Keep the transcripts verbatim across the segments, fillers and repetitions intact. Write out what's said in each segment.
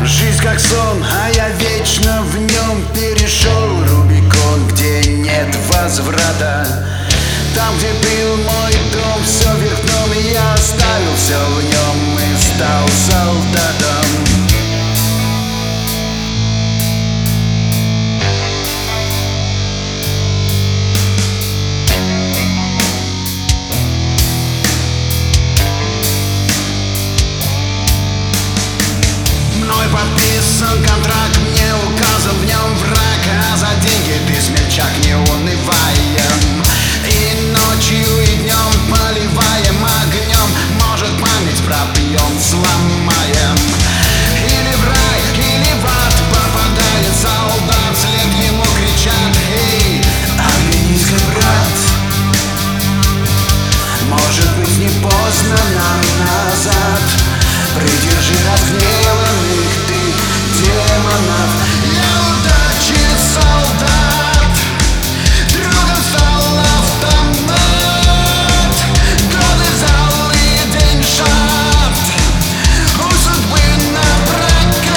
Жизнь как сон, а я вечно в нем перешел Рубикон, где нет возврата. Там, где был мой дом, все вверх дном, и я оставил все в нем и стал солдатом. Подписан контракт, мне указан в нем враг, а за деньги ты смельчак, не унываем. И ночью, и днем поливаем огнем, может, память пропьем, сломаем. Или в рай, или в ад попадает солдат, вслед ему кричат: эй, оглянись-ка, брат, может быть, не поздно нам назад. Придержи разгневанных ты демонов. Я удачи солдат, другом стал автомат. Годы зал и деньшат, у судьбы напрокат.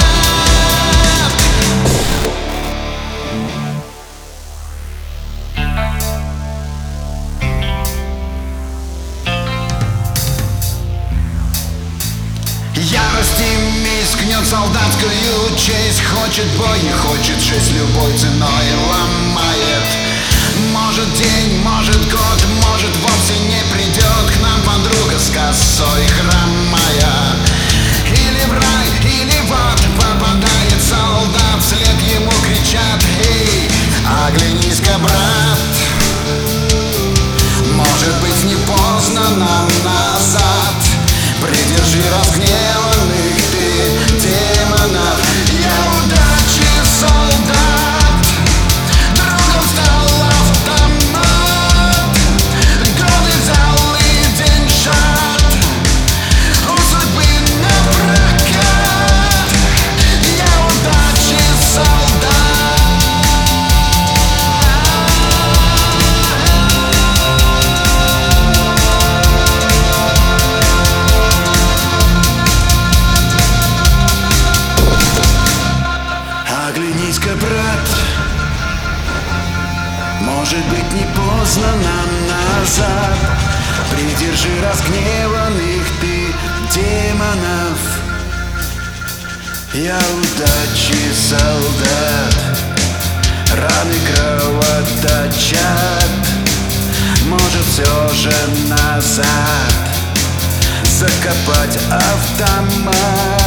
Ярость и месть гнет солдатскую честь, хочет бой, не хочет жесть, любой ценой ломает. Может день, может год, может вовсе не придет к нам подруга с косой хромая. Или в рай, или в ад попадает солдат, вслед ему кричат: эй, оглянись-ка, брат, может быть, не поздно нам назад. Придержи разгневанных ты демонов. Я удачи солдат, другом стал автомат. Годы зал и деньшат, у судьбы напрокат. Я удачи солдат. Оглянись-ка, брат, может быть, не поздно нам назад. Придержи разгневанных ты демонов. Я удачи солдат, раны кровоточат, может, все же назад закопать автомат.